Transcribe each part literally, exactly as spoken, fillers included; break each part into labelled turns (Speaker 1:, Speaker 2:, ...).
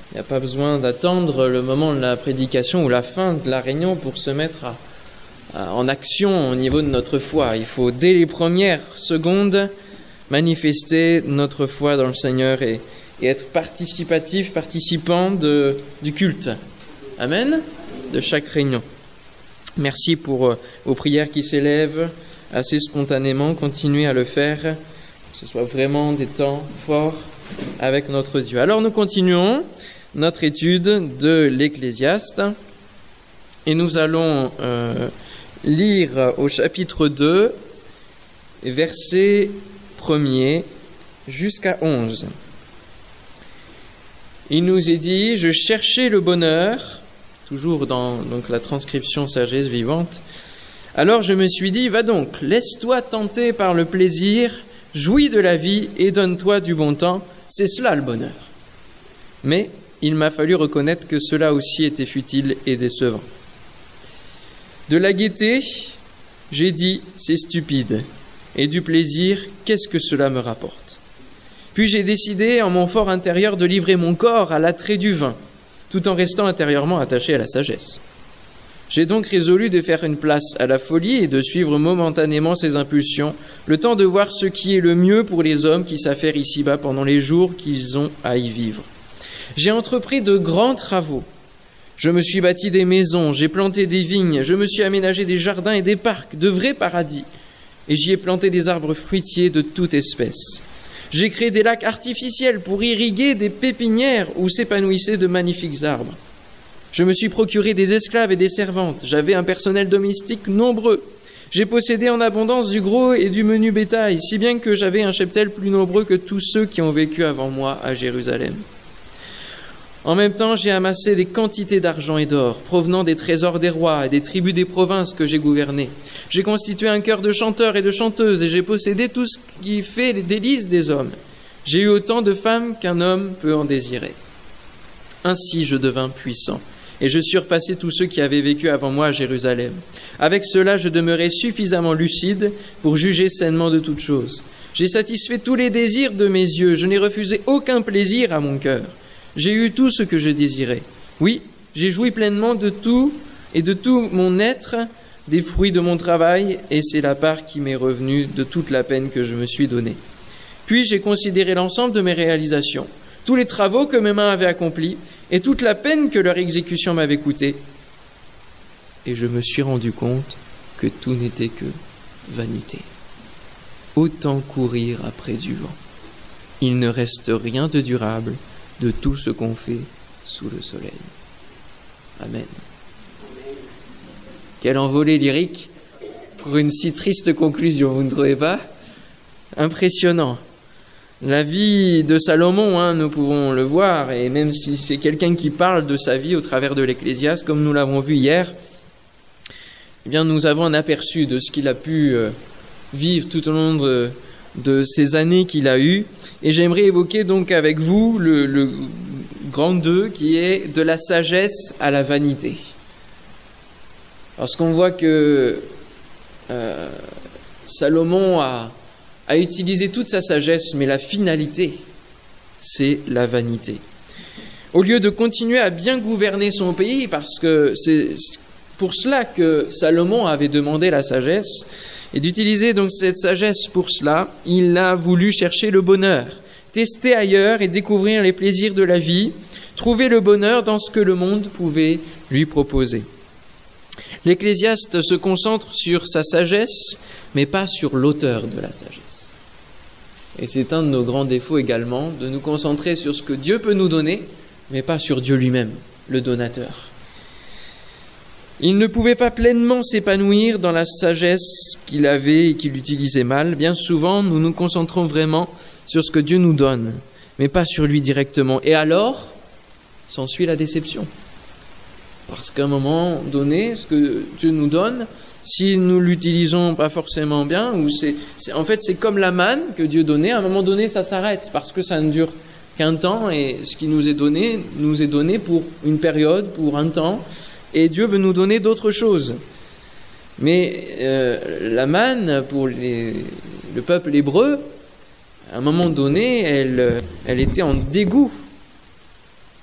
Speaker 1: Il n'y a pas besoin d'attendre le moment de la prédication ou la fin de la réunion pour se mettre à, à, en action au niveau de notre foi. Il faut, dès les premières secondes, manifester notre foi dans le Seigneur et, et être participatif, participant de, du culte. Amen. De chaque réunion. Merci pour euh, vos prières qui s'élèvent assez spontanément. Continuez à le faire, que ce soit vraiment des temps forts avec notre Dieu. Alors nous continuons notre étude de l'Ecclésiaste et nous allons euh, lire au chapitre deux, verset premier jusqu'à onze. Il nous est dit « Je cherchais le bonheur », toujours dans donc, la transcription sagesse vivante. « Alors je me suis dit, va donc, laisse-toi tenter par le plaisir, jouis de la vie et donne-toi du bon temps, c'est cela le bonheur. » Mais il m'a fallu reconnaître que cela aussi était futile et décevant. De la gaieté, j'ai dit, c'est stupide, et du plaisir, qu'est-ce que cela me rapporte ? Puis j'ai décidé en mon fort intérieur de livrer mon corps à l'attrait du vin, tout en restant intérieurement attaché à la sagesse. J'ai donc résolu de faire une place à la folie et de suivre momentanément ses impulsions, le temps de voir ce qui est le mieux pour les hommes qui s'affairent ici-bas pendant les jours qu'ils ont à y vivre. J'ai entrepris de grands travaux. Je me suis bâti des maisons, j'ai planté des vignes, je me suis aménagé des jardins et des parcs, de vrais paradis, et j'y ai planté des arbres fruitiers de toute espèce. J'ai créé des lacs artificiels pour irriguer des pépinières où s'épanouissaient de magnifiques arbres. Je me suis procuré des esclaves et des servantes. J'avais un personnel domestique nombreux. J'ai possédé en abondance du gros et du menu bétail, si bien que j'avais un cheptel plus nombreux que tous ceux qui ont vécu avant moi à Jérusalem. En même temps, j'ai amassé des quantités d'argent et d'or, provenant des trésors des rois et des tribus des provinces que j'ai gouvernées. J'ai constitué un chœur de chanteurs et de chanteuses, et j'ai possédé tout ce qui fait les délices des hommes. J'ai eu autant de femmes qu'un homme peut en désirer. Ainsi, je devins puissant, et je surpassai tous ceux qui avaient vécu avant moi à Jérusalem. Avec cela, je demeurai suffisamment lucide pour juger sainement de toutes choses. J'ai satisfait tous les désirs de mes yeux, je n'ai refusé aucun plaisir à mon cœur. J'ai eu tout ce que je désirais. Oui, j'ai joui pleinement de tout et de tout mon être, des fruits de mon travail, et c'est la part qui m'est revenue de toute la peine que je me suis donnée. Puis j'ai considéré l'ensemble de mes réalisations, tous les travaux que mes mains avaient accomplis, et toute la peine que leur exécution m'avait coûté. Et je me suis rendu compte que tout n'était que vanité. Autant courir après du vent. Il ne reste rien de durable de tout ce qu'on fait sous le soleil. Amen. Quelle envolée lyrique pour une si triste conclusion, vous ne trouvez pas ? Impressionnant. La vie de Salomon, hein, nous pouvons le voir, et même si c'est quelqu'un qui parle de sa vie au travers de l'Ecclésiaste, comme nous l'avons vu hier, eh bien nous avons un aperçu de ce qu'il a pu euh, vivre tout au long de, de ces années qu'il a eues. Et j'aimerais évoquer donc avec vous le, le grand deux qui est de la sagesse à la vanité. Parce qu'on voit que euh, Salomon a, a utilisé toute sa sagesse, mais la finalité, c'est la vanité. Au lieu de continuer à bien gouverner son pays, parce que c'est pour cela que Salomon avait demandé la sagesse, et d'utiliser donc cette sagesse pour cela, il a voulu chercher le bonheur, tester ailleurs et découvrir les plaisirs de la vie, trouver le bonheur dans ce que le monde pouvait lui proposer. L'Ecclésiaste se concentre sur sa sagesse, mais pas sur l'auteur de la sagesse. Et c'est un de nos grands défauts également, de nous concentrer sur ce que Dieu peut nous donner, mais pas sur Dieu lui-même, le donateur. Il ne pouvait pas pleinement s'épanouir dans la sagesse qu'il avait et qu'il utilisait mal. Bien souvent, nous nous concentrons vraiment sur ce que Dieu nous donne, mais pas sur lui directement. Et alors, s'ensuit la déception. Parce qu'à un moment donné, ce que Dieu nous donne, si nous l'utilisons pas forcément bien, ou c'est, c'est en fait c'est comme la manne que Dieu donnait, à un moment donné ça s'arrête, parce que ça ne dure qu'un temps, et ce qui nous est donné, nous est donné pour une période, pour un temps, et Dieu veut nous donner d'autres choses. Mais euh, la manne, pour les, le peuple hébreu, à un moment donné, elle, elle était en dégoût.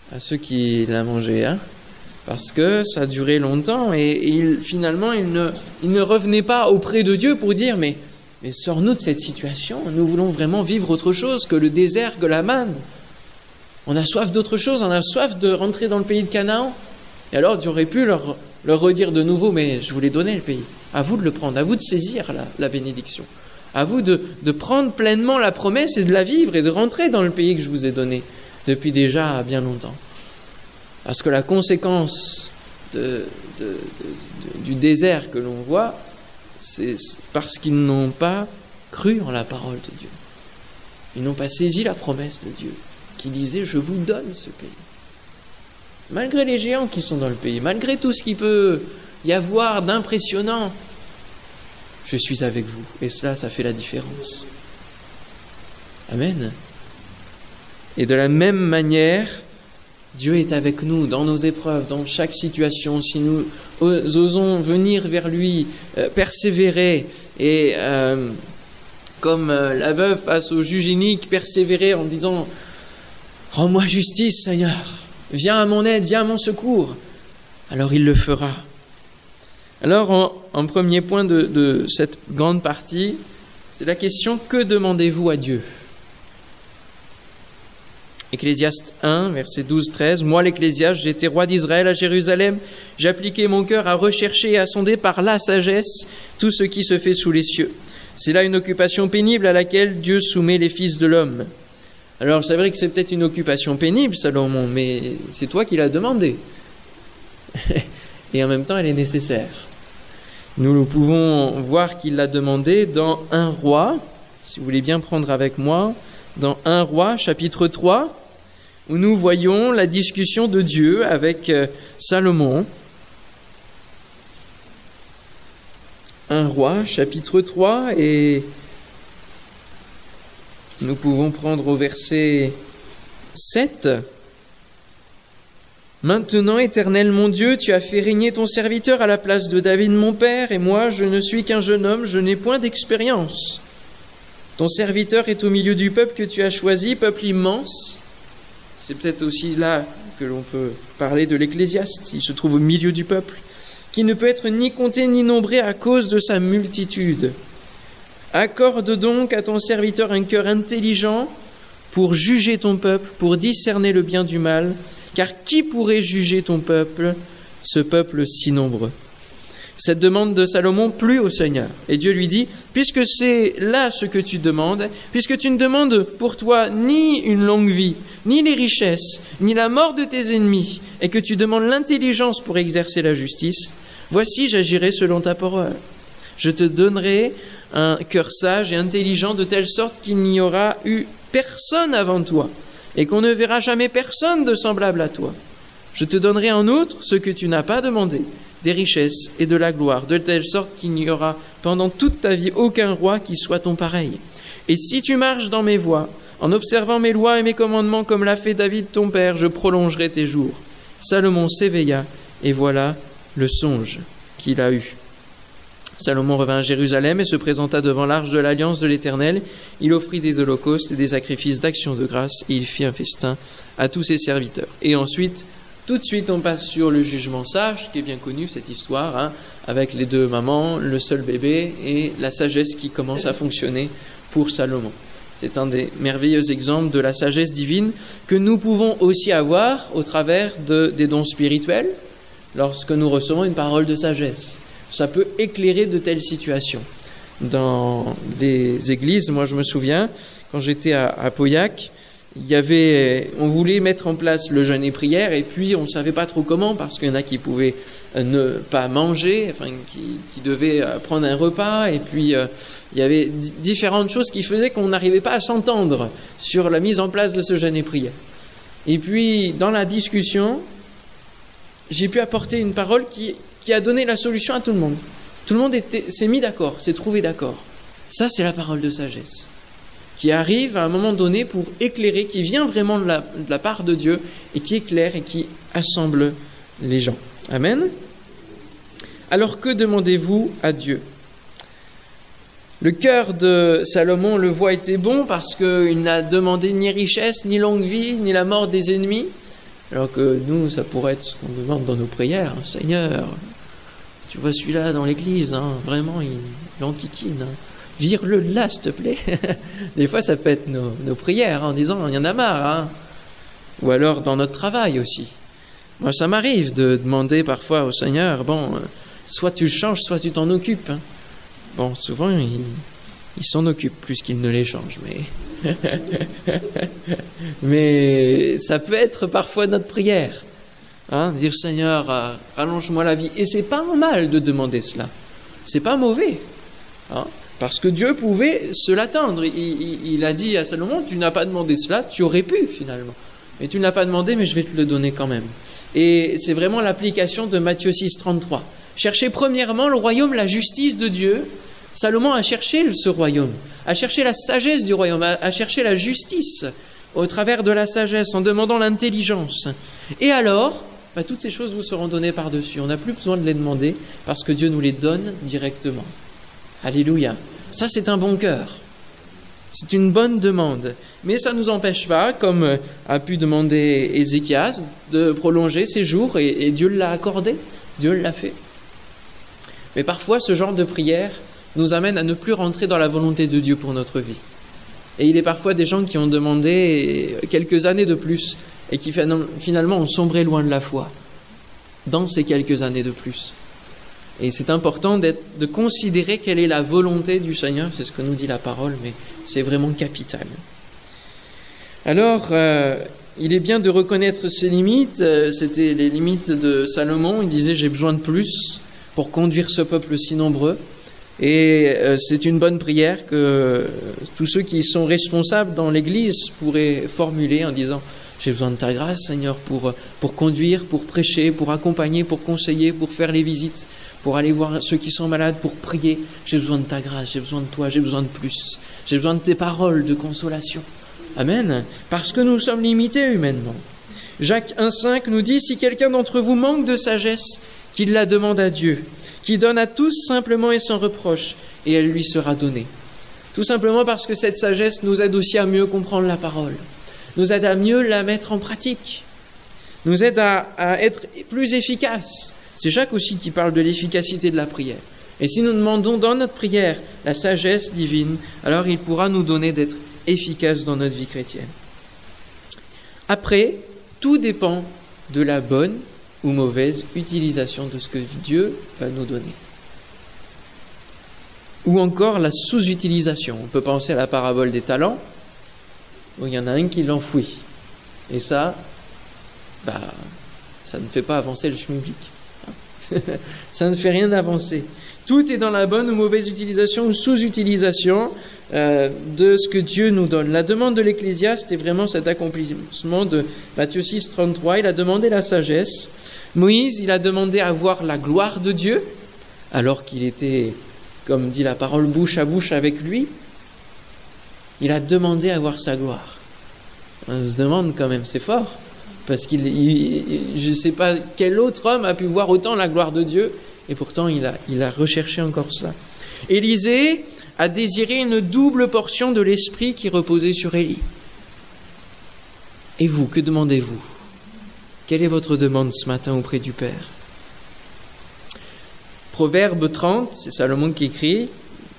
Speaker 1: à ceux qui l'ont mangé, hein, parce que ça a duré longtemps et il, finalement il ne, il ne revenait pas auprès de Dieu pour dire mais, mais sors-nous de cette situation, nous voulons vraiment vivre autre chose que le désert, que la manne. On a soif d'autre chose, on a soif de rentrer dans le pays de Canaan. Et alors Dieu aurait pu leur, leur redire de nouveau mais je vous l'ai donné le pays, à vous de le prendre, à vous de saisir la, la bénédiction, à vous de, de prendre pleinement la promesse et de la vivre et de rentrer dans le pays que je vous ai donné depuis déjà bien longtemps. Parce que la conséquence de, de, de, de, du désert que l'on voit, c'est parce qu'ils n'ont pas cru en la parole de Dieu. Ils n'ont pas saisi la promesse de Dieu, qui disait « Je vous donne ce pays ». Malgré les géants qui sont dans le pays, malgré tout ce qu'il peut y avoir d'impressionnant, je suis avec vous. Et cela, ça fait la différence. Amen. Et de la même manière, Dieu est avec nous dans nos épreuves, dans chaque situation. Si nous osons venir vers lui, euh, persévérer et euh, comme euh, la veuve face au juge inique, persévérer en disant « Rends-moi justice, Seigneur, viens à mon aide, viens à mon secours », alors il le fera. Alors, en, en premier point de, de cette grande partie, c'est la question « Que demandez-vous à Dieu ?» Ecclésiaste un, versets douze à treize. « Moi, l'Ecclésiaste, j'étais roi d'Israël à Jérusalem. J'appliquais mon cœur à rechercher et à sonder par la sagesse tout ce qui se fait sous les cieux. C'est là une occupation pénible à laquelle Dieu soumet les fils de l'homme. » Alors, c'est vrai que c'est peut-être une occupation pénible, Salomon, mais c'est toi qui l'as demandé. Et en même temps, elle est nécessaire. Nous pouvons voir qu'il l'a demandé dans un roi, si vous voulez bien prendre avec moi, dans un roi, chapitre trois, où nous voyons la discussion de Dieu avec Salomon. un roi, chapitre trois, et nous pouvons prendre au verset sept. « Maintenant, Éternel mon Dieu, tu as fait régner ton serviteur à la place de David mon père, et moi, je ne suis qu'un jeune homme, je n'ai point d'expérience. Ton serviteur est au milieu du peuple que tu as choisi, peuple immense. » C'est peut-être aussi là que l'on peut parler de l'Ecclésiaste. Il se trouve au milieu du peuple, qui ne peut être ni compté ni nombré à cause de sa multitude. Accorde donc à ton serviteur un cœur intelligent pour juger ton peuple, pour discerner le bien du mal, car qui pourrait juger ton peuple, ce peuple si nombreux ? Cette demande de Salomon plut au Seigneur. Et Dieu lui dit, puisque c'est là ce que tu demandes, puisque tu ne demandes pour toi ni une longue vie, ni les richesses, ni la mort de tes ennemis, et que tu demandes l'intelligence pour exercer la justice, voici, j'agirai selon ta parole. Je te donnerai un cœur sage et intelligent de telle sorte qu'il n'y aura eu personne avant toi, et qu'on ne verra jamais personne de semblable à toi. Je te donnerai en outre ce que tu n'as pas demandé, des richesses et de la gloire, de telle sorte qu'il n'y aura pendant toute ta vie aucun roi qui soit ton pareil. Et si tu marches dans mes voies, en observant mes lois et mes commandements comme l'a fait David ton père, je prolongerai tes jours. » Salomon s'éveilla, et voilà le songe qu'il a eu. Salomon revint à Jérusalem et se présenta devant l'arche de l'alliance de l'Éternel. Il offrit des holocaustes et des sacrifices d'action de grâce, et il fit un festin à tous ses serviteurs. Et ensuite, tout de suite, on passe sur le jugement sage, qui est bien connu, cette histoire, hein, avec les deux mamans, le seul bébé et la sagesse qui commence à fonctionner pour Salomon. C'est un des merveilleux exemples de la sagesse divine que nous pouvons aussi avoir au travers de, des dons spirituels, lorsque nous recevons une parole de sagesse. Ça peut éclairer de telles situations. Dans les églises, moi je me souviens, quand j'étais à, à Pauillac, il y avait, on voulait mettre en place le jeûne et prière, et puis on ne savait pas trop comment, parce qu'il y en a qui pouvaient ne pas manger, enfin qui, qui devaient prendre un repas, et puis euh, il y avait d- différentes choses qui faisaient qu'on n'arrivait pas à s'entendre sur la mise en place de ce jeûne et prière. Et puis dans la discussion, j'ai pu apporter une parole qui, qui a donné la solution à tout le monde. Tout le monde était, s'est mis d'accord, s'est trouvé d'accord. Ça, c'est la parole de sagesse, qui arrive à un moment donné pour éclairer, qui vient vraiment de la, de la part de Dieu, et qui éclaire et qui assemble les gens. Amen. Alors que demandez-vous à Dieu ? Le cœur de Salomon, on le voit, était bon, parce qu'il n'a demandé ni richesse, ni longue vie, ni la mort des ennemis. Alors que nous, ça pourrait être ce qu'on demande dans nos prières. Seigneur, tu vois celui-là dans l'église, hein, vraiment, il, il enquiquine. Hein. Vire-le là, s'il te plaît. Des fois, ça peut être nos, nos prières, hein, en disant, il y en a marre. Hein. Ou alors dans notre travail aussi. Moi, ça m'arrive de demander parfois au Seigneur, bon, soit tu le changes, soit tu t'en occupes. Hein. Bon, souvent, il, il s'en occupe plus qu'il ne les change, mais... mais ça peut être parfois notre prière. Hein, dire, Seigneur, euh, rallonge-moi la vie. Et c'est pas mal de demander cela. C'est pas mauvais. Hein, parce que Dieu pouvait se l'attendre. Il, il, il a dit à Salomon, tu n'as pas demandé cela, tu aurais pu finalement. Mais tu ne l'as pas demandé, mais je vais te le donner quand même. Et c'est vraiment l'application de Matthieu six, trente-trois. Cherchez premièrement le royaume, la justice de Dieu. Salomon a cherché ce royaume, a cherché la sagesse du royaume, a, a cherché la justice au travers de la sagesse, en demandant l'intelligence. Et alors, bah, toutes ces choses vous seront données par-dessus. On n'a plus besoin de les demander parce que Dieu nous les donne directement. Alléluia. Ça, c'est un bon cœur. C'est une bonne demande. Mais ça ne nous empêche pas, comme a pu demander Ézéchias, de prolonger ses jours, et, et Dieu l'a accordé, Dieu l'a fait. Mais parfois, ce genre de prière nous amène à ne plus rentrer dans la volonté de Dieu pour notre vie. Et il est parfois des gens qui ont demandé quelques années de plus, et qui finalement ont sombré loin de la foi, dans ces quelques années de plus. Et c'est important d'être, de considérer quelle est la volonté du Seigneur, c'est ce que nous dit la parole, mais c'est vraiment capital. Alors, euh, il est bien de reconnaître ses limites. C'était les limites de Salomon. Il disait, j'ai besoin de plus pour conduire ce peuple si nombreux. Et euh, c'est une bonne prière que euh, tous ceux qui sont responsables dans l'Église pourraient formuler en disant, j'ai besoin de ta grâce, Seigneur, pour, pour conduire, pour prêcher, pour accompagner, pour conseiller, pour faire les visites, pour aller voir ceux qui sont malades, pour prier. J'ai besoin de ta grâce, j'ai besoin de toi, j'ai besoin de plus. J'ai besoin de tes paroles de consolation. Amen. Parce que nous sommes limités humainement. Jacques un cinq nous dit, si quelqu'un d'entre vous manque de sagesse, qu'il la demande à Dieu, qui donne à tous simplement et sans reproche, et elle lui sera donnée. Tout simplement parce que cette sagesse nous aide aussi à mieux comprendre la parole, nous aide à mieux la mettre en pratique, nous aide à, à être plus efficace. C'est Jacques aussi qui parle de l'efficacité de la prière. Et si nous demandons dans notre prière la sagesse divine, alors il pourra nous donner d'être efficaces dans notre vie chrétienne. Après, tout dépend de la bonne ou mauvaise utilisation de ce que Dieu va nous donner. Ou encore la sous-utilisation. On peut penser à la parabole des talents, où il y en a un qui l'enfouit. Et ça, bah, ça ne fait pas avancer le schmilblick. Ça ne fait rien avancer. Tout est dans la bonne ou mauvaise utilisation ou sous-utilisation euh, de ce que Dieu nous donne. La demande de l'Ecclésiaste est vraiment cet accomplissement de Matthieu six, trente-trois. Il a demandé la sagesse. Moïse, il a demandé à voir la gloire de Dieu, alors qu'il était, comme dit la parole, bouche à bouche avec lui. Il a demandé à voir sa gloire. On se demande quand même, c'est fort. Parce qu'il, il, je ne sais pas quel autre homme a pu voir autant la gloire de Dieu, et pourtant il a, il a recherché encore cela. Élisée a désiré une double portion de l'esprit qui reposait sur Élie. Et vous, que demandez-vous ? Quelle est votre demande ce matin auprès du Père ? Proverbe trente, c'est Salomon qui écrit,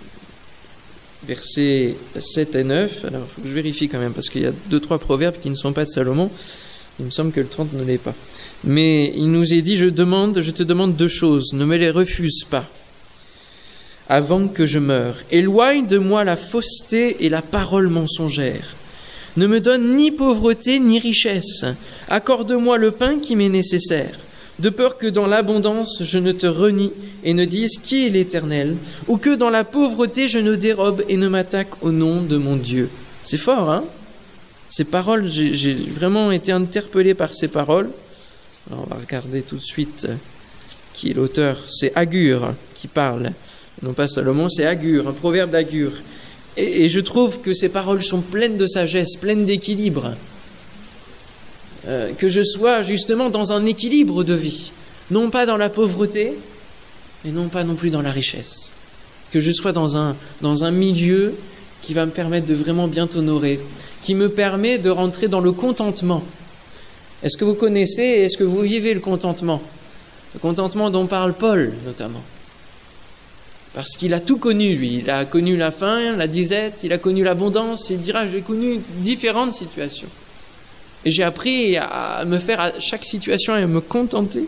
Speaker 1: versets sept et neuf. Alors il faut que je vérifie quand même, parce qu'il y a deux, trois proverbes qui ne sont pas de Salomon. Il me semble que le trente ne l'est pas. Mais il nous est dit, je demande, je te demande deux choses, ne me les refuse pas, avant que je meure. Éloigne de moi la fausseté et la parole mensongère. Ne me donne ni pauvreté ni richesse. Accorde-moi le pain qui m'est nécessaire, de peur que dans l'abondance je ne te renie et ne dise qui est l'Éternel, ou que dans la pauvreté je ne dérobe et ne m'attaque au nom de mon Dieu. C'est fort, hein ? Ces paroles, j'ai, j'ai vraiment été interpellé par ces paroles. Alors on va regarder tout de suite qui est l'auteur. C'est Agur qui parle, non pas Salomon, c'est Agur, un proverbe d'Agur. Et, et je trouve que ces paroles sont pleines de sagesse, pleines d'équilibre. Euh, que je sois justement dans un équilibre de vie, non pas dans la pauvreté, mais non pas non plus dans la richesse. Que je sois dans un, dans un milieu qui va me permettre de vraiment bien t'honorer, qui me permet de rentrer dans le contentement. Est-ce que vous connaissez, est-ce que vous vivez le contentement? Le contentement dont parle Paul, notamment. Parce qu'il a tout connu, lui. Il a connu la faim, la disette, il a connu l'abondance. Il dira, j'ai connu différentes situations. Et j'ai appris à me faire à chaque situation et à me contenter.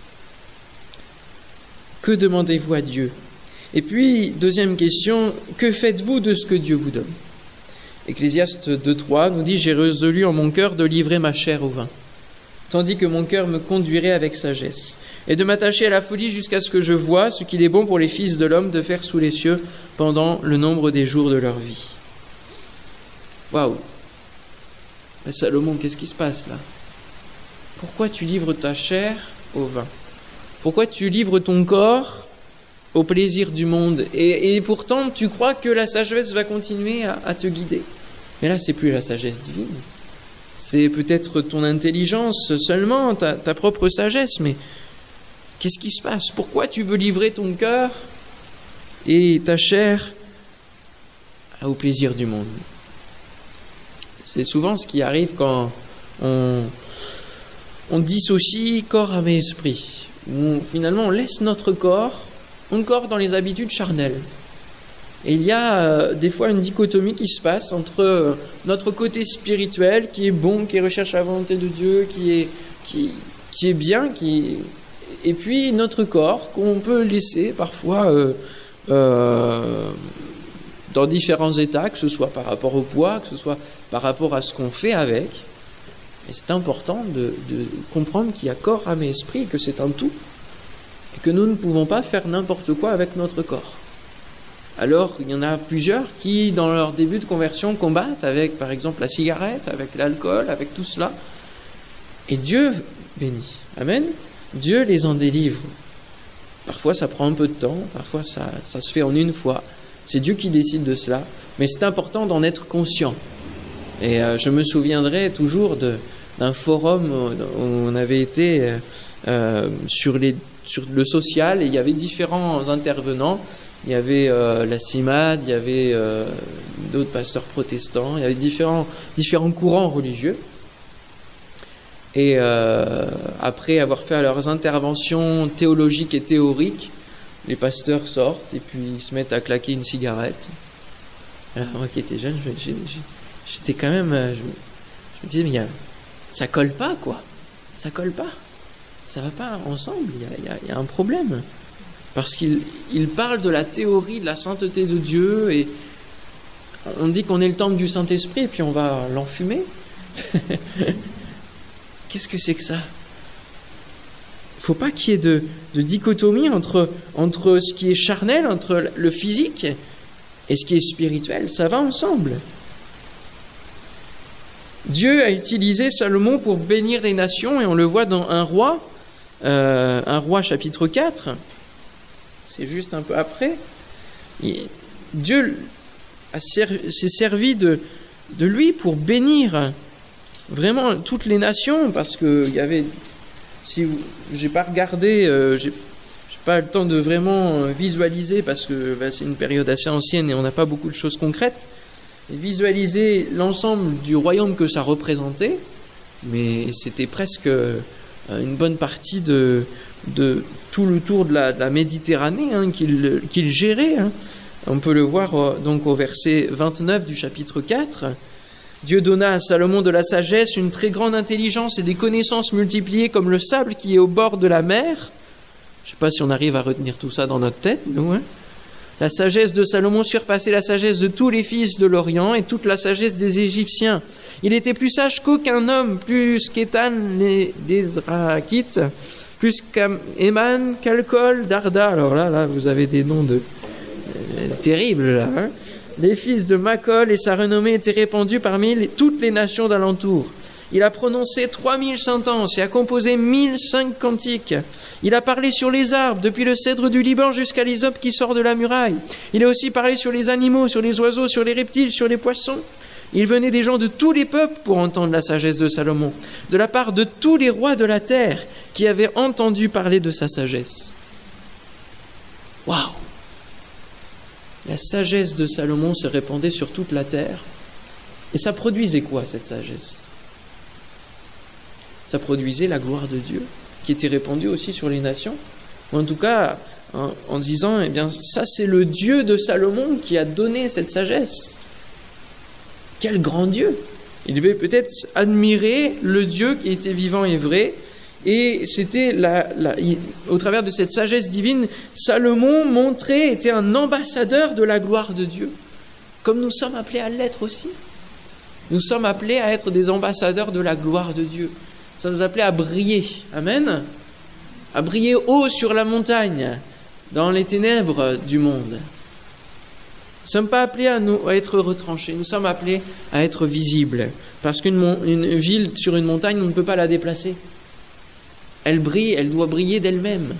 Speaker 1: Que demandez-vous à Dieu? Et puis, deuxième question, que faites-vous de ce que Dieu vous donne? Ecclésiaste deux trois nous dit « J'ai résolu en mon cœur de livrer ma chair au vin, tandis que mon cœur me conduirait avec sagesse, et de m'attacher à la folie jusqu'à ce que je voie ce qu'il est bon pour les fils de l'homme de faire sous les cieux pendant le nombre des jours de leur vie. » Waouh! Salomon, qu'est-ce qui se passe là? Pourquoi tu livres ta chair au vin? Pourquoi tu livres ton corps au plaisir du monde? Et, et pourtant, tu crois que la sagesse va continuer à, à te guider. Mais là, c'est plus la sagesse divine. C'est peut-être ton intelligence seulement, ta, ta propre sagesse. Mais qu'est-ce qui se passe? Pourquoi tu veux livrer ton cœur et ta chair au plaisir du monde? C'est souvent ce qui arrive quand on, on dissocie corps, âme et esprit. Où finalement, on laisse notre corps encore dans les habitudes charnelles. Et il y a euh, des fois une dichotomie qui se passe entre euh, notre côté spirituel qui est bon, qui recherche la volonté de Dieu, qui est, qui, qui est bien, qui, et puis notre corps qu'on peut laisser parfois euh, euh, dans différents états, que ce soit par rapport au poids, que ce soit par rapport à ce qu'on fait avec. Et c'est important de, de comprendre qu'il y a corps, âme et esprit, que c'est un tout, et que nous ne pouvons pas faire n'importe quoi avec notre corps. Alors, il y en a plusieurs qui, dans leur début de conversion, combattent avec, par exemple, la cigarette, avec l'alcool, avec tout cela. Et Dieu bénit. Amen. Dieu les en délivre. Parfois, ça prend un peu de temps. Parfois, ça, ça se fait en une fois. C'est Dieu qui décide de cela. Mais c'est important d'en être conscient. Et euh, je me souviendrai toujours de, d'un forum où on avait été euh, sur, les, sur le social, et il y avait différents intervenants. Il y avait euh, la CIMAD, il y avait euh, d'autres pasteurs protestants, il y avait différents, différents courants religieux. Et euh, après avoir fait leurs interventions théologiques et théoriques, les pasteurs sortent et puis ils se mettent à claquer une cigarette. Alors moi qui étais jeune, je, je, je, j'étais quand même... Je, je me disais, mais y a, ça colle pas, quoi. Ça colle pas. Ça va pas ensemble, il y a, il y a, il y a un problème. Parce qu'il il parle de la théorie de la sainteté de Dieu, et on dit qu'on est le temple du Saint-Esprit, et puis on va l'enfumer. Qu'est-ce que c'est que ça? Il ne faut pas qu'il y ait de, de dichotomie entre, entre ce qui est charnel, entre le physique, et ce qui est spirituel. Ça va ensemble. Dieu a utilisé Salomon pour bénir les nations, et on le voit dans un roi, euh, un roi chapitre quatre. C'est juste un peu après. Et Dieu a servi, s'est servi de, de lui pour bénir vraiment toutes les nations, parce que il y avait, si vous, j'ai pas regardé, euh, j'ai, j'ai pas le temps de vraiment visualiser, parce que ben, c'est une période assez ancienne et on n'a pas beaucoup de choses concrètes. Et visualiser l'ensemble du royaume que ça représentait, mais c'était presque une bonne partie de, de tout le tour de la, de la Méditerranée hein, qu'il, qu'il gérait. Hein. On peut le voir donc au verset vingt-neuf du chapitre quatre. Dieu donna à Salomon de la sagesse, une très grande intelligence et des connaissances multipliées comme le sable qui est au bord de la mer. Je ne sais pas si on arrive à retenir tout ça dans notre tête, nous, hein. La sagesse de Salomon surpassait la sagesse de tous les fils de l'Orient et toute la sagesse des Égyptiens. Il était plus sage qu'aucun homme, plus qu'Étan d'Ezraïte, plus qu'Éman, qu'Alcol, Darda. Alors là, là, vous avez des noms de euh, terribles là. Hein. Les fils de Macol, et sa renommée était répandue parmi les, toutes les nations d'alentour. Il a prononcé trois mille sentences et a composé mille cinq cantiques. Il a parlé sur les arbres, depuis le cèdre du Liban jusqu'à l'hysope qui sort de la muraille. Il a aussi parlé sur les animaux, sur les oiseaux, sur les reptiles, sur les poissons. Il venait des gens de tous les peuples pour entendre la sagesse de Salomon, de la part de tous les rois de la terre qui avaient entendu parler de sa sagesse. Waouh! La sagesse de Salomon se répandait sur toute la terre. Et ça produisait quoi, cette sagesse? ça produisait la gloire de Dieu, qui était répandue aussi sur les nations. Ou en tout cas, en, en disant, eh bien, ça c'est le Dieu de Salomon qui a donné cette sagesse. Quel grand Dieu! Il devait peut-être admirer le Dieu qui était vivant et vrai. Et c'était, la, la, au travers de cette sagesse divine, Salomon montrait, était un ambassadeur de la gloire de Dieu. Comme nous sommes appelés à l'être aussi. Nous sommes appelés à être des ambassadeurs de la gloire de Dieu. Nous sommes appelés à briller. Amen. À briller haut sur la montagne, dans les ténèbres du monde. Nous ne sommes pas appelés à, nous, à être retranchés, nous sommes appelés à être visibles. Parce qu'une mon, une ville sur une montagne, on ne peut pas la déplacer. Elle brille, elle doit briller d'elle-même.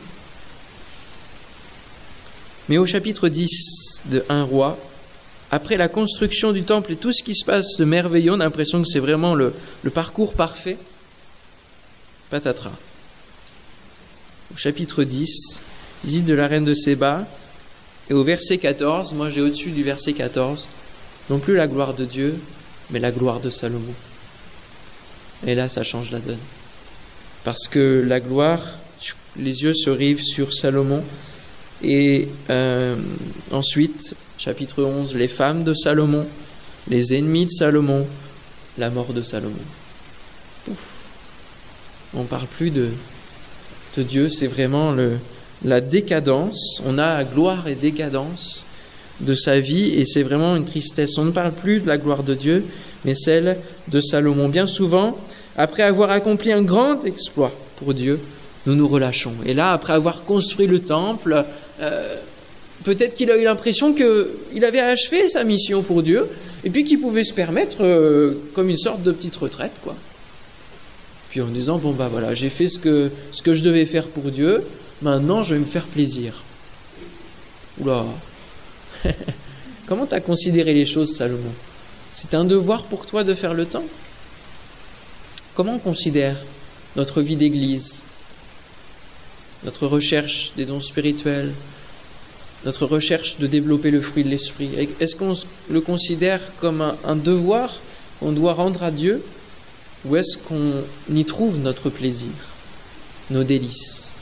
Speaker 1: Mais au chapitre dix de un roi, après la construction du temple et tout ce qui se passe de merveilleux, on a l'impression que c'est vraiment le, le parcours parfait. Patatras. Au chapitre dix, visite de la reine de Séba, et au verset quatorze, moi j'ai au-dessus du verset quatorze, non plus la gloire de Dieu, mais la gloire de Salomon. Et là, ça change la donne. Parce que la gloire, les yeux se rivent sur Salomon. Et euh, ensuite, chapitre onze, les femmes de Salomon, les ennemis de Salomon, la mort de Salomon. Ouf. On ne parle plus de, de Dieu, c'est vraiment le, la décadence. On a gloire et décadence de sa vie et c'est vraiment une tristesse. On ne parle plus de la gloire de Dieu, mais celle de Salomon. Bien souvent, après avoir accompli un grand exploit pour Dieu, nous nous relâchons. Et là, après avoir construit le temple, euh, peut-être qu'il a eu l'impression qu'il avait achevé sa mission pour Dieu, et puis qu'il pouvait se permettre euh, comme une sorte de petite retraite, quoi. Puis en disant, bon bah voilà, j'ai fait ce que, ce que je devais faire pour Dieu, maintenant je vais me faire plaisir. Oula. Comment tu as considéré les choses, Salomon? C'est un devoir pour toi de faire le temps? Comment on considère notre vie d'église, notre recherche des dons spirituels, notre recherche de développer le fruit de l'esprit? Est-ce qu'on le considère comme un, un devoir qu'on doit rendre à Dieu, ou est-ce qu'on y trouve notre plaisir, nos délices?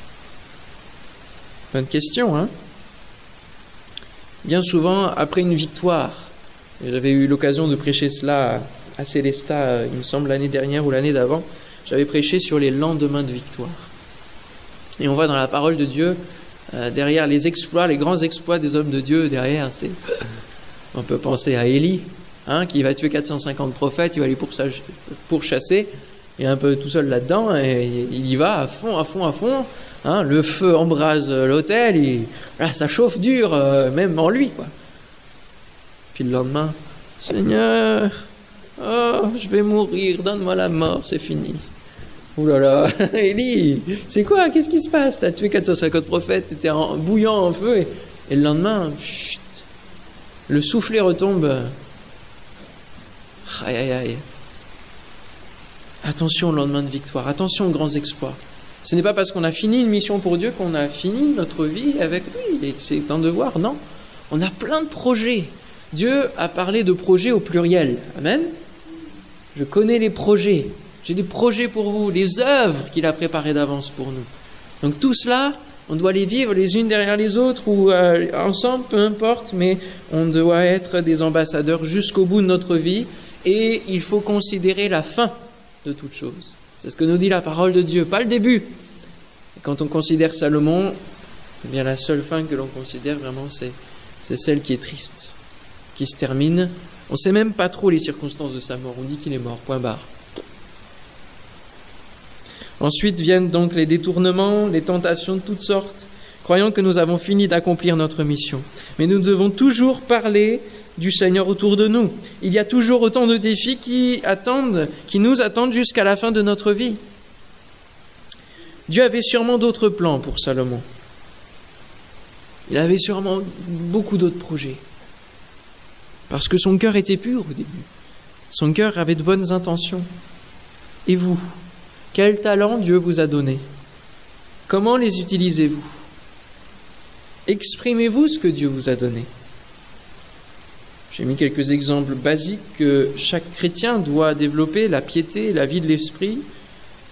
Speaker 1: Bonne question, hein? Bien souvent, après une victoire, j'avais eu l'occasion de prêcher cela à Célestat, il me semble l'année dernière ou l'année d'avant, j'avais prêché sur les lendemains de victoire. Et on voit dans la parole de Dieu, euh, derrière les exploits, les grands exploits des hommes de Dieu, derrière, c'est, on peut penser à Élie, hein, qui va tuer quatre cent cinquante prophètes, il va les pourchasser, il est un peu tout seul là-dedans, et il y va à fond, à fond, à fond. Hein, le feu embrase l'autel, et là, ça chauffe dur, euh, même en lui, quoi. Puis le lendemain, Seigneur, oh, je vais mourir, donne-moi la mort, c'est fini. Ouh là là, Élie, c'est quoi? Qu'est-ce qui se passe? T'as tué quatre cent cinquante prophètes, t'étais en, bouillant en feu, et, et le lendemain, chut, le soufflet retombe. Aïe aïe aïe. Attention au lendemain de victoire, attention aux grands exploits. Ce n'est pas parce qu'on a fini une mission pour Dieu qu'on a fini notre vie avec lui et que c'est un devoir, non. On a plein de projets. Dieu a parlé de projets au pluriel. Amen. Je connais les projets. J'ai des projets pour vous, les œuvres qu'il a préparées d'avance pour nous. Donc tout cela, on doit les vivre les unes derrière les autres ou euh, ensemble, peu importe, mais on doit être des ambassadeurs jusqu'au bout de notre vie et il faut considérer la fin de toute chose. C'est ce que nous dit la parole de Dieu, pas le début. Et quand on considère Salomon, eh bien la seule fin que l'on considère vraiment, c'est, c'est celle qui est triste, qui se termine. On ne sait même pas trop les circonstances de sa mort. On dit qu'il est mort, point barre. Ensuite viennent donc les détournements, les tentations de toutes sortes, croyant que nous avons fini d'accomplir notre mission. Mais nous devons toujours parler du Seigneur autour de nous. Il y a toujours autant de défis qui attendent, qui nous attendent jusqu'à la fin de notre vie. Dieu avait sûrement d'autres plans pour Salomon. Il avait sûrement beaucoup d'autres projets. Parce que son cœur était pur au début. Son cœur avait de bonnes intentions. Et vous, quel talent Dieu vous a donné? Comment les utilisez-vous? Exprimez-vous ce que Dieu vous a donné. J'ai mis quelques exemples basiques que chaque chrétien doit développer, la piété, la vie de l'esprit,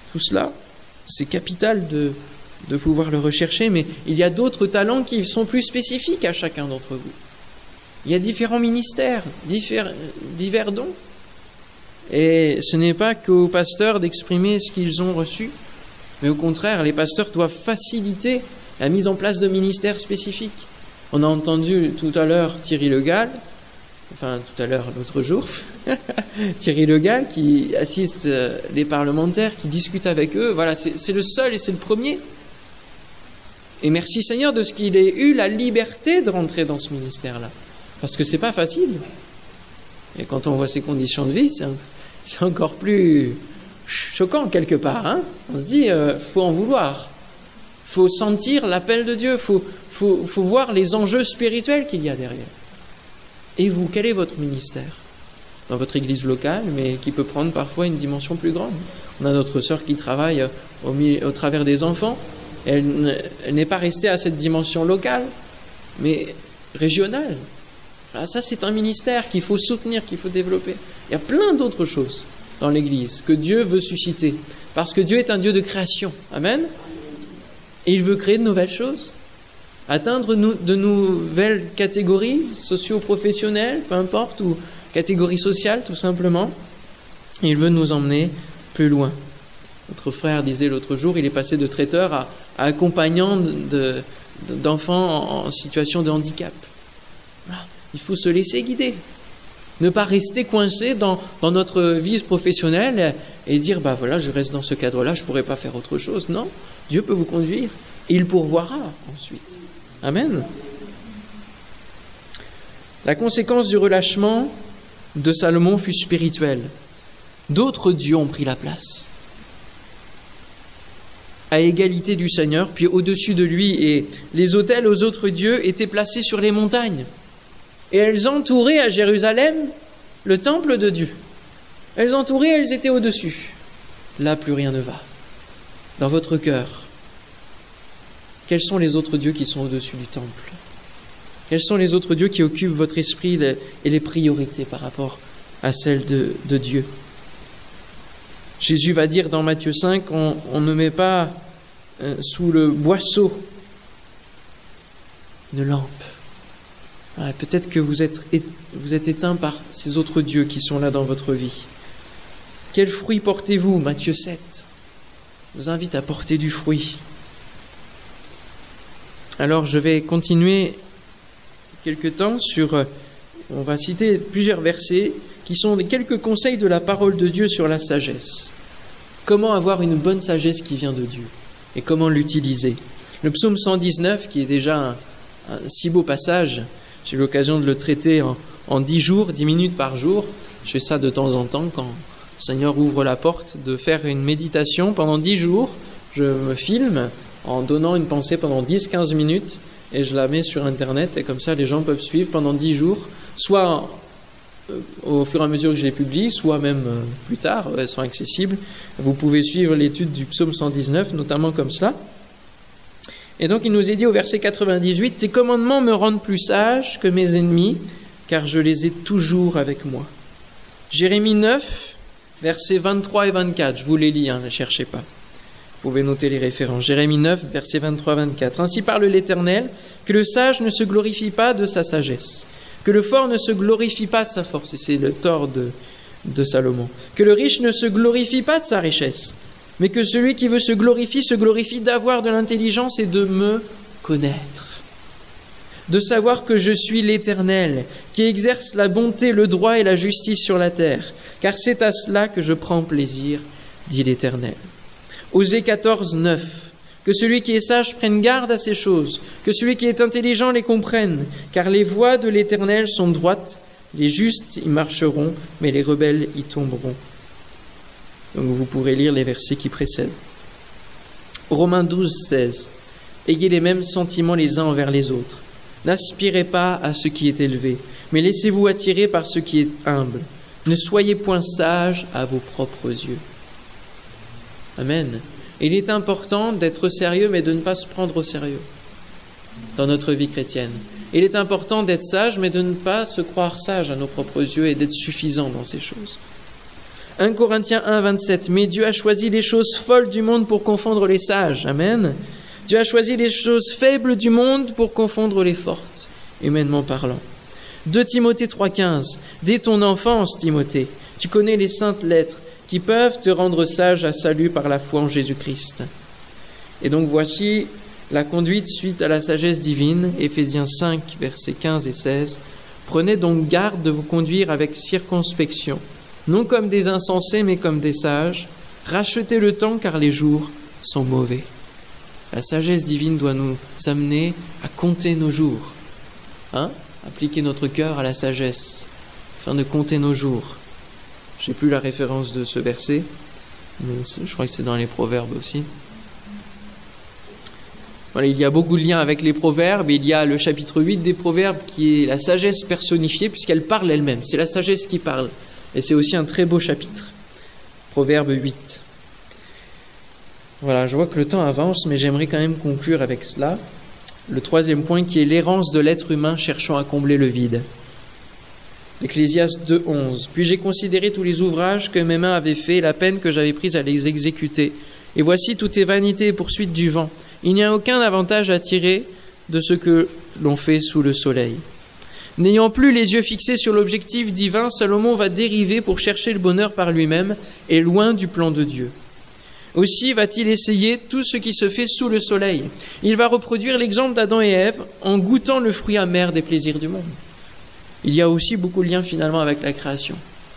Speaker 1: Tout cela, c'est capital de, de pouvoir le rechercher, mais il y a d'autres talents qui sont plus spécifiques à chacun d'entre vous. Il y a différents ministères, divers, divers dons. Et ce n'est pas qu'aux pasteurs d'exprimer ce qu'ils ont reçu, mais au contraire, les pasteurs doivent faciliter la mise en place de ministères spécifiques. On a entendu tout à l'heure Thierry Le Gall, enfin tout à l'heure, l'autre jour, Thierry Le Gall qui assiste les parlementaires, qui discute avec eux. Voilà, c'est, c'est le seul et c'est le premier. Et merci Seigneur de ce qu'il ait eu la liberté de rentrer dans ce ministère-là. Parce que c'est pas facile. Et quand on voit ses conditions de vie, c'est, un, c'est encore plus choquant quelque part. Hein, on se dit, il euh, faut en vouloir. Il faut sentir l'appel de Dieu. Il faut, faut, faut voir les enjeux spirituels qu'il y a derrière. Et vous, quel est votre ministère ? Dans votre église locale, mais qui peut prendre parfois une dimension plus grande. On a notre sœur qui travaille au, au travers des enfants. Elle, elle n'est pas restée à cette dimension locale, mais régionale. Alors ça, c'est un ministère qu'il faut soutenir, qu'il faut développer. Il y a plein d'autres choses dans l'Église que Dieu veut susciter. Parce que Dieu est un Dieu de création. Amen. Et il veut créer de nouvelles choses. Atteindre de nouvelles catégories socio-professionnelles, peu importe, ou catégories sociales, tout simplement. Et il veut nous emmener plus loin. Notre frère disait l'autre jour, il est passé de traiteur à, à accompagnant de, de, d'enfants en situation de handicap. Voilà. Il faut se laisser guider. Ne pas rester coincé dans, dans notre vie professionnelle et dire, bah voilà, je reste dans ce cadre-là, je ne pourrais pas faire autre chose. Non, Dieu peut vous conduire. Et il pourvoira ensuite. Amen. La conséquence du relâchement de Salomon fut spirituelle. D'autres dieux ont pris la place. À égalité du Seigneur, puis au-dessus de lui, et les autels aux autres dieux étaient placés sur les montagnes. Et elles entouraient à Jérusalem le temple de Dieu. Elles entouraient, elles étaient au-dessus. Là, plus rien ne va. Dans votre cœur, quels sont les autres dieux qui sont au-dessus du temple ? Quels sont les autres dieux qui occupent votre esprit et les priorités par rapport à celles de, de Dieu ? Jésus va dire dans Matthieu cinq, on, on ne met pas euh, sous le boisseau une lampe. Voilà, peut-être que vous êtes, vous êtes éteint par ces autres dieux qui sont là dans votre vie. Quel fruit portez-vous ? Matthieu sept. Je vous invite à porter du fruit. Alors je vais continuer quelque temps sur... On va citer plusieurs versets qui sont quelques conseils de la parole de Dieu sur la sagesse. Comment avoir une bonne sagesse qui vient de Dieu et comment l'utiliser. Le psaume cent dix-neuf, qui est déjà un, un si beau passage, j'ai eu l'occasion de le traiter en, en dix jours, dix minutes par jour. Je fais ça de temps en temps quand le Seigneur ouvre la porte, de faire une méditation pendant dix jours. Je me filme en donnant une pensée pendant dix à quinze minutes et je la mets sur Internet et comme ça les gens peuvent suivre pendant dix jours, soit au fur et à mesure que je les publie, soit même plus tard, elles sont accessibles. Vous pouvez suivre l'étude du psaume cent dix-neuf, notamment comme cela. Et donc il nous est dit au verset quatre-vingt-dix-huit, « Tes commandements me rendent plus sage que mes ennemis, car je les ai toujours avec moi. » Jérémie neuf, versets vingt-trois et vingt-quatre, je vous les lis, hein, ne cherchez pas. Vous pouvez noter les références. Jérémie neuf, versets vingt-trois à vingt-quatre. « Ainsi parle l'Éternel, que le sage ne se glorifie pas de sa sagesse, que le fort ne se glorifie pas de sa force. » Et c'est le tort de, de Salomon. « Que le riche ne se glorifie pas de sa richesse, mais que celui qui veut se glorifier, se glorifie d'avoir de l'intelligence et de me connaître. De savoir que je suis l'Éternel, qui exerce la bonté, le droit et la justice sur la terre, car c'est à cela que je prends plaisir, dit l'Éternel. » Osée quatorze, neuf. Que celui qui est sage prenne garde à ces choses, que celui qui est intelligent les comprenne, car les voies de l'Éternel sont droites, les justes y marcheront, mais les rebelles y tomberont. Donc vous pourrez lire les versets qui précèdent. Romains douze, seize. Ayez les mêmes sentiments les uns envers les autres. N'aspirez pas à ce qui est élevé, mais laissez-vous attirer par ce qui est humble. Ne soyez point sages à vos propres yeux. Amen. Il est important d'être sérieux, mais de ne pas se prendre au sérieux dans notre vie chrétienne. Il est important d'être sage, mais de ne pas se croire sage à nos propres yeux et d'être suffisant dans ces choses. un Corinthiens un, vingt-sept, « Mais Dieu a choisi les choses folles du monde pour confondre les sages. » Amen. Dieu a choisi les choses faibles du monde pour confondre les fortes, humainement parlant. deux Timothée trois, quinze, « Dès ton enfance, Timothée, tu connais les saintes lettres qui peuvent te rendre sage à salut par la foi en Jésus-Christ. » Et donc voici la conduite suite à la sagesse divine, Éphésiens cinq, versets quinze et seize. « Prenez donc garde de vous conduire avec circonspection, non comme des insensés, mais comme des sages. Rachetez le temps, car les jours sont mauvais. » La sagesse divine doit nous amener à compter nos jours. Hein? Appliquer notre cœur à la sagesse, afin de compter nos jours. Je n'ai plus la référence de ce verset, mais je crois que c'est dans les Proverbes aussi. Voilà, il y a beaucoup de liens avec les Proverbes. Il y a le chapitre huit des Proverbes qui est la sagesse personnifiée, puisqu'elle parle elle-même. C'est la sagesse qui parle. Et c'est aussi un très beau chapitre. Proverbe huit. Voilà, je vois que le temps avance, mais j'aimerais quand même conclure avec cela. Le troisième point qui est l'errance de l'être humain cherchant à combler le vide. Ecclésiaste deux, onze. « Puis j'ai considéré tous les ouvrages que mes mains avaient faits, la peine que j'avais prise à les exécuter. Et voici, tout est vanité et poursuite du vent. Il n'y a aucun avantage à tirer de ce que l'on fait sous le soleil. » N'ayant plus les yeux fixés sur l'objectif divin, Salomon va dériver pour chercher le bonheur par lui-même et loin du plan de Dieu. Aussi va-t-il essayer tout ce qui se fait sous le soleil. Il va reproduire l'exemple d'Adam et Ève en goûtant le fruit amer des plaisirs du monde. Il y a aussi beaucoup de liens finalement avec la création.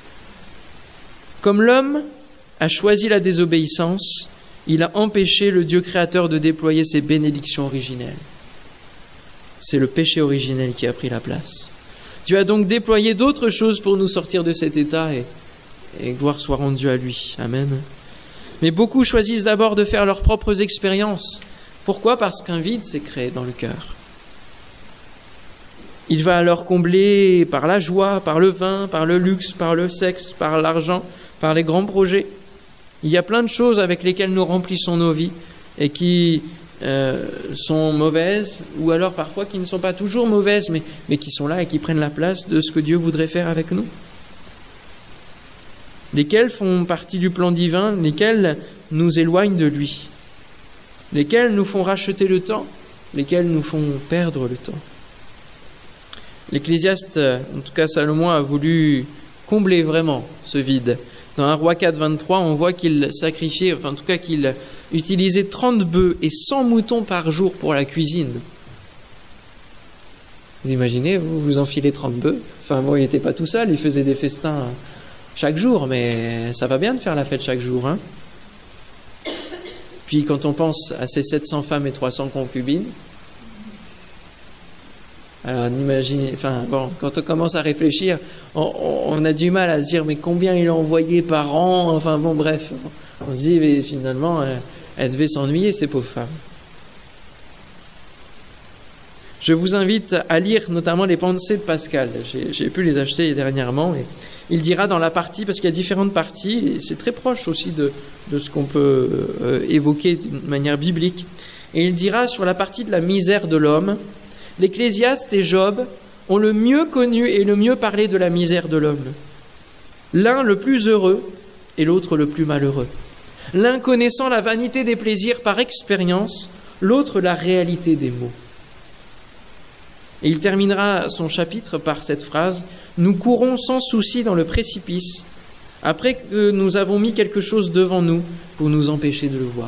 Speaker 1: Comme l'homme a choisi la désobéissance, il a empêché le Dieu créateur de déployer ses bénédictions originelles. C'est le péché originel qui a pris la place. Dieu a donc déployé d'autres choses pour nous sortir de cet état et, et gloire soit rendue à lui. Amen. Mais beaucoup choisissent d'abord de faire leurs propres expériences. Pourquoi ? Parce qu'un vide s'est créé dans le cœur. Il va alors combler par la joie, par le vin, par le luxe, par le sexe, par l'argent, par les grands projets. Il y a plein de choses avec lesquelles nous remplissons nos vies et qui euh, sont mauvaises, ou alors parfois qui ne sont pas toujours mauvaises, mais, mais qui sont là et qui prennent la place de ce que Dieu voudrait faire avec nous. Lesquels font partie du plan divin, lesquels nous éloignent de lui, lesquels nous font racheter le temps, lesquels nous font perdre le temps. L'Ecclésiaste, en tout cas Salomon, a voulu combler vraiment ce vide. Dans un roi quatre, vingt-trois, on voit qu'il sacrifiait, enfin en tout cas qu'il utilisait trente bœufs et cent moutons par jour pour la cuisine. Vous imaginez, vous vous enfilez trente bœufs. Enfin bon, il n'était pas tout seul, il faisait des festins chaque jour, mais ça va bien de faire la fête chaque jour. Hein. Puis quand on pense à ces sept cents femmes et trois cents concubines, alors imaginez, enfin bon, quand on commence à réfléchir, on, on a du mal à se dire mais combien il a envoyé par an, enfin bon bref, on se dit mais finalement elle, elle devait s'ennuyer ces pauvres femmes. Je vous invite à lire notamment les pensées de Pascal. J'ai, j'ai pu les acheter dernièrement. Et il dira dans la partie, parce qu'il y a différentes parties, et c'est très proche aussi de, de ce qu'on peut euh, évoquer d'une manière biblique. Et il dira sur la partie de la misère de l'homme, l'Ecclésiaste et Job ont le mieux connu et le mieux parlé de la misère de l'homme. L'un le plus heureux et l'autre le plus malheureux. L'un connaissant la vanité des plaisirs par expérience, l'autre la réalité des maux. Et il terminera son chapitre par cette phrase « Nous courons sans souci dans le précipice, après que nous avons mis quelque chose devant nous pour nous empêcher de le voir. »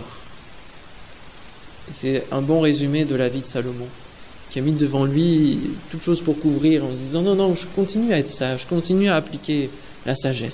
Speaker 1: C'est un bon résumé de la vie de Salomon, qui a mis devant lui toute chose pour couvrir en se disant « Non, non, je continue à être sage, je continue à appliquer la sagesse. »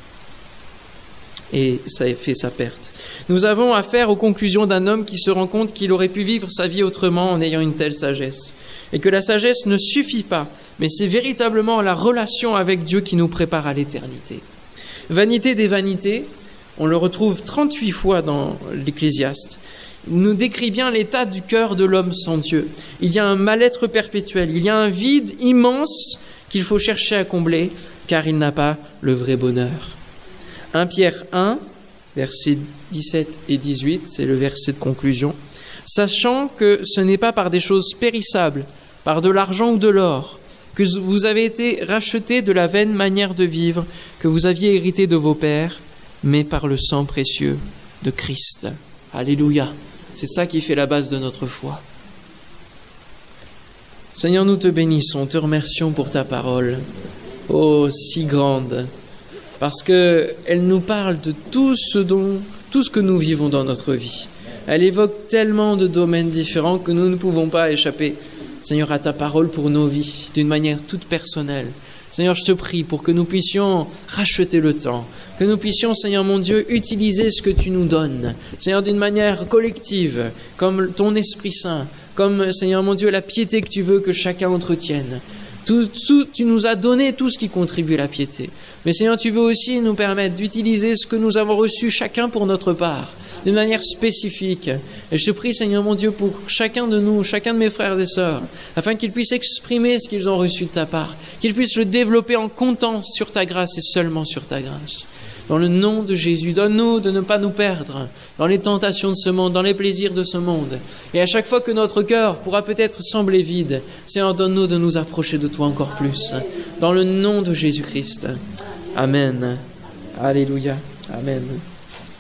Speaker 1: Et ça a fait sa perte. Nous avons affaire aux conclusions d'un homme qui se rend compte qu'il aurait pu vivre sa vie autrement en ayant une telle sagesse. Et que la sagesse ne suffit pas, mais c'est véritablement la relation avec Dieu qui nous prépare à l'éternité. Vanité des vanités, on le retrouve trente-huit fois dans l'Ecclésiaste. Il nous décrit bien l'état du cœur de l'homme sans Dieu. Il y a un mal-être perpétuel, il y a un vide immense qu'il faut chercher à combler, car il n'a pas le vrai bonheur. premier Pierre un, versets dix-sept et dix-huit, c'est le verset de conclusion. « Sachant que ce n'est pas par des choses périssables, par de l'argent ou de l'or, que vous avez été rachetés de la vaine manière de vivre que vous aviez hérité de vos pères, mais par le sang précieux de Christ. Alléluia. C'est ça qui fait la base de notre foi. Seigneur, nous te bénissons, te remercions pour ta parole, oh, si grande, parce qu'elle nous parle de tout ce dont, tout ce que nous vivons dans notre vie. Elle évoque tellement de domaines différents que nous ne pouvons pas échapper, Seigneur, à ta parole pour nos vies, d'une manière toute personnelle. Seigneur, je te prie pour que nous puissions racheter le temps, que nous puissions, Seigneur mon Dieu, utiliser ce que tu nous donnes, Seigneur, d'une manière collective, comme ton Esprit Saint, comme, Seigneur mon Dieu, la piété que tu veux que chacun entretienne. Tout, tout, tu nous as donné tout ce qui contribue à la piété. Mais Seigneur, tu veux aussi nous permettre d'utiliser ce que nous avons reçu chacun pour notre part, d'une manière spécifique. Et je te prie, Seigneur mon Dieu, pour chacun de nous, chacun de mes frères et sœurs, afin qu'ils puissent exprimer ce qu'ils ont reçu de ta part, qu'ils puissent le développer en comptant sur ta grâce et seulement sur ta grâce. Dans le nom de Jésus, donne-nous de ne pas nous perdre dans les tentations de ce monde, dans les plaisirs de ce monde. Et à chaque fois que notre cœur pourra peut-être sembler vide, Seigneur, donne-nous de nous approcher de toi encore plus. Dans le nom de Jésus-Christ. Amen. Alléluia. Amen.